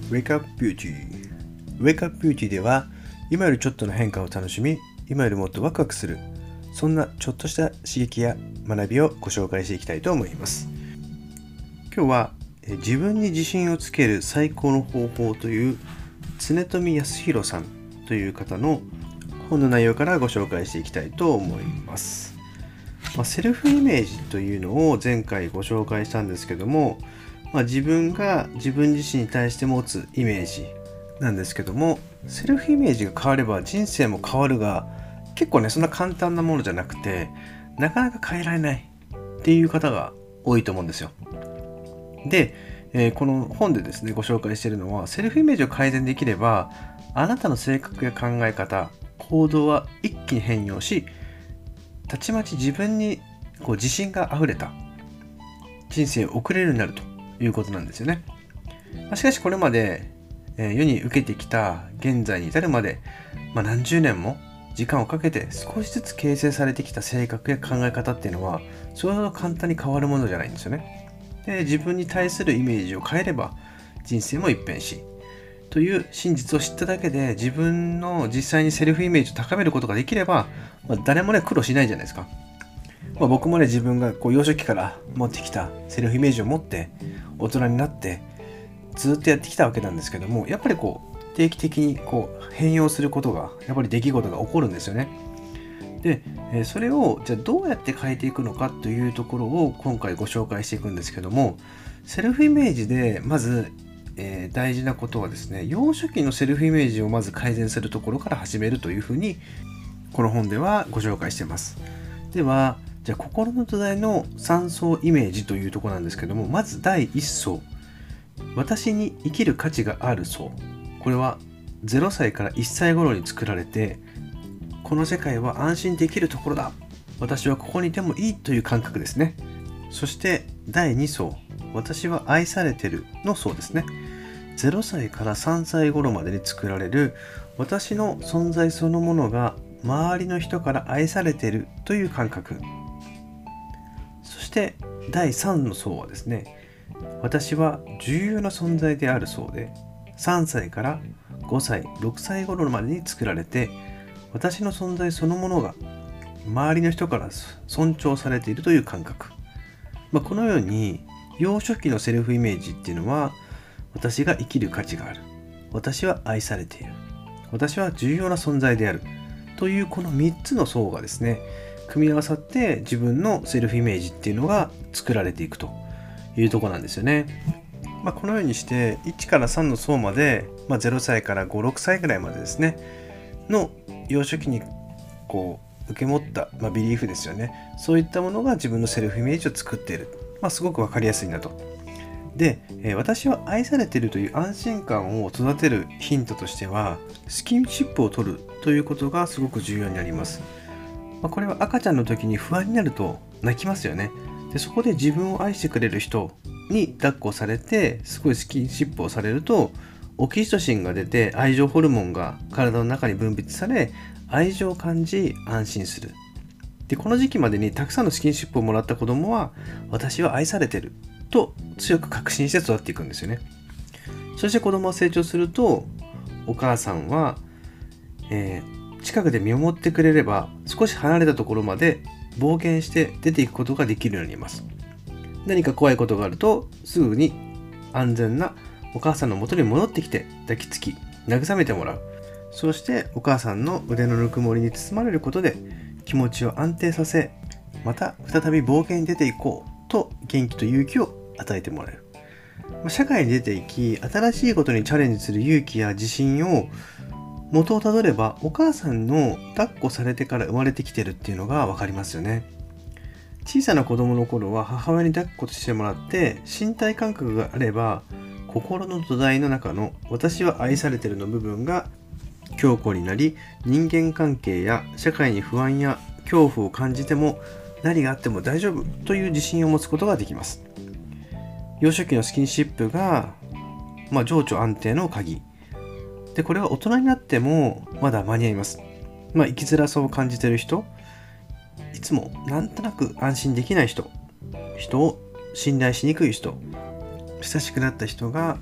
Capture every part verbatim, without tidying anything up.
Wake Up Beauty Wake Up Beauty では今よりちょっとの変化を楽しみ、今よりもっとワクワクする、そんなちょっとした刺激や学びをご紹介していきたいと思います。今日は自分に自信をつける最高の方法という常富康弘さんという方の本の内容からご紹介していきたいと思います。まあ、セルフイメージというのを前回ご紹介したんですけども、まあ、自分が自分自身に対して持つイメージなんですけども、セルフイメージが変われば人生も変わるが、結構ねそんな簡単なものじゃなくて、なかなか変えられないっていう方が多いと思うんですよ。で、えー、この本でですねご紹介しているのは、セルフイメージを改善できればあなたの性格や考え方、行動は一気に変容し、たちまち自分にこう自信があふれた人生を送れるようになるということなんですよね。まあ、しかしこれまで、えー、世に受けてきた現在に至るまで、まあ、何十年も時間をかけて少しずつ形成されてきた性格や考え方っていうのはそれほど簡単に変わるものじゃないんですよね。で、自分に対するイメージを変えれば人生も一変し、という真実を知っただけで自分の実際にセルフイメージを高めることができれば、まあ、誰もね苦労しないじゃないですか。まあ、僕もね自分がこう幼少期から持ってきたセルフイメージを持って大人になってずっとやってきたわけなんですけども、やっぱりこう定期的にこう変容することが、やっぱり出来事が起こるんですよね。で、それをじゃあどうやって変えていくのかというところを今回ご紹介していくんですけども、セルフイメージでまず、えー、大事なことはですね、幼少期のセルフイメージをまず改善するところから始めるというふうにこの本ではご紹介しています。ではじゃあ心の土台のさん層イメージというところなんですけども、まずだいいっ層、私に生きる価値がある層。これはゼロさいからいっさい頃に作られて、この世界は安心できるところだ、私はここにいてもいいという感覚ですね。そしてだいに層、私は愛されてるの層ですね。ゼロさいからさんさい頃までに作られる、私の存在そのものが周りの人から愛されてるという感覚。そしてだいさんの層はですね、私は重要な存在である層で、さんさいからごさい、ろくさい頃までに作られて、私の存在そのものが周りの人から尊重されているという感覚。まあ、このように幼少期のセルフイメージっていうのは、私が生きる価値がある、私は愛されている、私は重要な存在であるというこのみっつの層がですね組み合わさって自分のセルフイメージっていうのが作られていくというところなんですよね。まあ、このようにしていちからさんの層まで、まあ、ゼロさいからご、ろくさいぐらいまでですねの幼少期にこう受け持った、まあ、ビリーフですよね。そういったものが自分のセルフイメージを作っている。まあ、すごくわかりやすいなと。で、えー、私は愛されているという安心感を育てるヒントとしては、スキンシップを取るということがすごく重要になります。まあ、これは赤ちゃんの時に不安になると泣きますよね。で、そこで自分を愛してくれる人に抱っこされて、すごいスキンシップをされると、オキシトシンが出て愛情ホルモンが体の中に分泌され、愛情を感じ安心する。で、この時期までにたくさんのスキンシップをもらった子供は、私は愛されてると強く確信して育っていくんですよね。そして子供が成長すると、お母さんは、えー、近くで見守ってくれれば少し離れたところまで冒険して出ていくことができるようになります。何か怖いことがあるとすぐに安全なお母さんの元に戻ってきて抱きつき慰めてもらう。そしてお母さんの腕のぬくもりに包まれることで気持ちを安定させ、また再び冒険に出ていこうと元気と勇気を与えてもらえる。社会に出ていき新しいことにチャレンジする勇気や自信を元をたどれば、お母さんの抱っこされてから生まれてきてるっていうのが分かりますよね。小さな子供の頃は母親に抱っこしてもらって身体感覚があれば、心の土台の中の私は愛されてるの部分が強固になり、人間関係や社会に不安や恐怖を感じても何があっても大丈夫という自信を持つことができます。幼少期のスキンシップが、まあ、情緒安定の鍵で、これは大人になってもまだ間に合います。まあ、生きづらさを感じている人、いつもなんとなく安心できない人、人を信頼しにくい人、親しくなった人が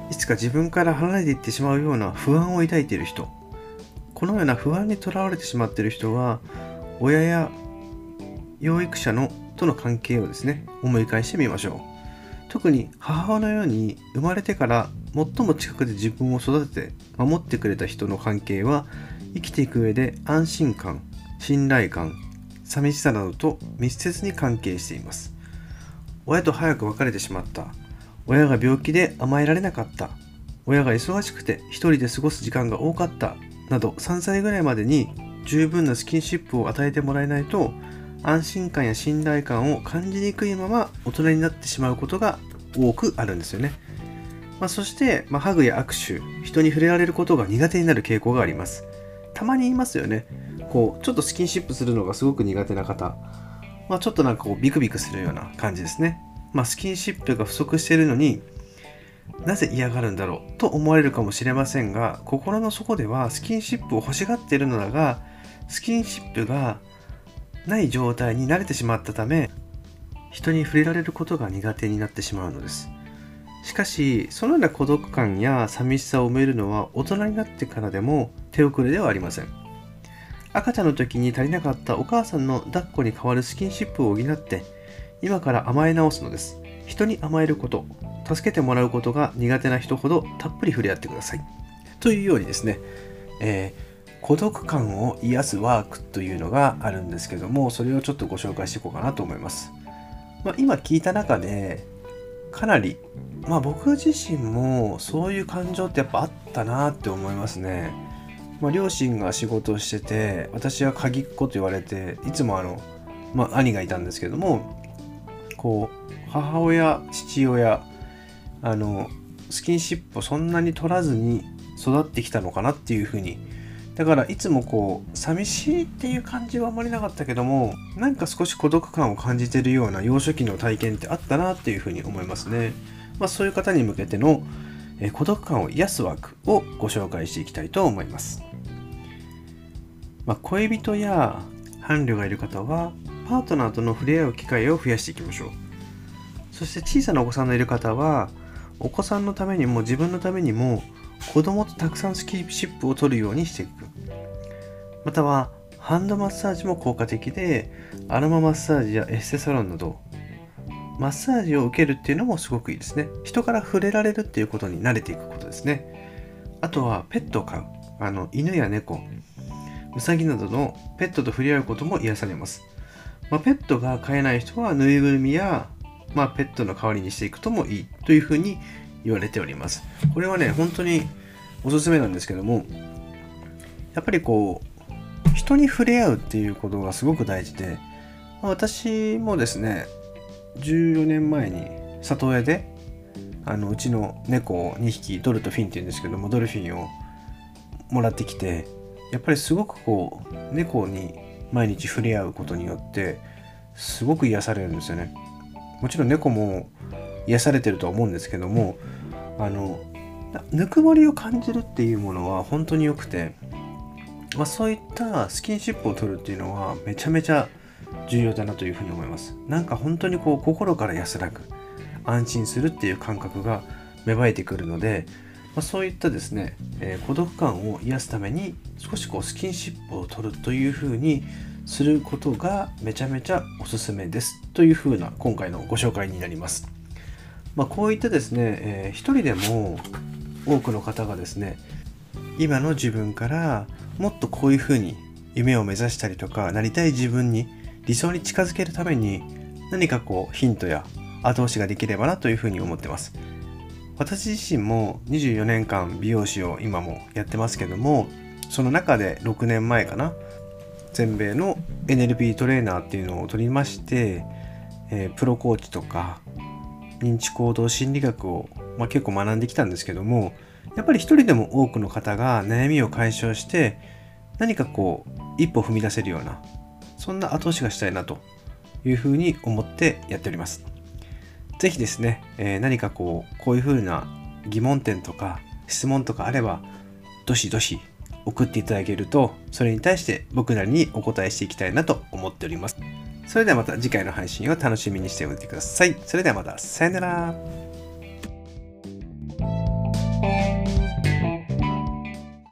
いつか自分から離れていってしまうような不安を抱いている人、このような不安にとらわれてしまっている人は、親や養育者のとの関係をですね、思い返してみましょう。特に母親のように生まれてから最も近くで自分を育てて守ってくれた人の関係は、生きていく上で安心感、信頼感、寂しさなどと密接に関係しています。親と早く別れてしまった、親が病気で甘えられなかった、親が忙しくて一人で過ごす時間が多かったなど、さんさいぐらいまでに十分なスキンシップを与えてもらえないと、安心感や信頼感を感じにくいまま大人になってしまうことが多くあるんですよね。まあ、そして、まあ、ハグや握手、人に触れられることが苦手になる傾向があります。たまに言いますよね。こうちょっとスキンシップするのがすごく苦手な方、まあ、ちょっとなんかこうビクビクするような感じですね。まあ、スキンシップが不足しているのになぜ嫌がるんだろうと思われるかもしれませんが、心の底ではスキンシップを欲しがっているのだが、スキンシップがない状態に慣れてしまったため、人に触れられることが苦手になってしまうのです。しかし、そのような孤独感や寂しさを埋めるのは大人になってからでも手遅れではありません。赤ちゃんの時に足りなかったお母さんの抱っこに代わるスキンシップを補って、今から甘え直すのです。人に甘えること、助けてもらうことが苦手な人ほどたっぷり触れ合ってください。というようにですね、えー孤独感を癒すワークというのがあるんですけども、それをちょっとご紹介していこうかなと思います。まあ、今聞いた中でかなり、まあ、僕自身もそういう感情ってやっぱあったなって思いますね。まあ、両親が仕事をしてて、私は鍵っ子と言われて、いつもあの、まあ、兄がいたんですけども、こう母親父親あのスキンシップをそんなに取らずに育ってきたのかなっていうふうに、だからいつもこう寂しいっていう感じはあまりなかったけども、なんか少し孤独感を感じているような幼少期の体験ってあったなっていうふうに思いますね。まあ、そういう方に向けてのえ孤独感を癒すワークをご紹介していきたいと思います。まあ、恋人や伴侶がいる方はパートナーとの触れ合う機会を増やしていきましょう。そして小さなお子さんのいる方は、お子さんのためにも自分のためにも子供とたくさんスキンシップを取るようにしていく。またはハンドマッサージも効果的で、アロママッサージやエステサロンなどマッサージを受けるっていうのもすごくいいですね。人から触れられるっていうことに慣れていくことですね。あとはペットを飼う、あの犬や猫、ウサギなどのペットと触れ合うことも癒されます。まあ、ペットが飼えない人はぬいぐるみや、まあ、ペットの代わりにしていくともいいというふうに言われております。これはね、本当におすすめなんですけども、やっぱりこう人に触れ合うっていうことがすごく大事で、まあ、私もですね、じゅうよねんまえに里親であのうちの猫をにひき、ドルとフィンっていうんですけども、ドルフィンをもらってきて、やっぱりすごくこう猫に毎日触れ合うことによってすごく癒されるんですよね。もちろん猫も癒されてるとは思うんですけども、あのぬくもりを感じるっていうものは本当に良くて、まあ、そういったスキンシップを取るっていうのはめちゃめちゃ重要だなというふうに思います。なんか本当にこう心から安らぐ、安心するっていう感覚が芽生えてくるので、まあ、そういったですね、えー、孤独感を癒すために少しこうスキンシップを取るというふうにすることがめちゃめちゃおすすめですというふうな今回のご紹介になります。まあ、こういったですね、えー、一人でも多くの方がですね、今の自分からもっとこういうふうに夢を目指したりとか、なりたい自分に理想に近づけるために何かこうヒントや後押しができればなというふうに思ってます。私自身もにじゅうよねんかん美容師を今もやってますけども、その中でろくねんまえかな、全米の エヌエルピー トレーナーっていうのを取りまして、えー、プロコーチとか認知行動心理学を、まあ、結構学んできたんですけども、やっぱり一人でも多くの方が悩みを解消して何かこう一歩踏み出せるような、そんな後押しがしたいなというふうに思ってやっております。ぜひですね、えー、何かこうこういうふうな疑問点とか質問とかあればどしどし送っていただけると、それに対して僕なりにお答えしていきたいなと思っております。それではまた次回の配信を楽しみにしておいてください。それではまた、さよなら。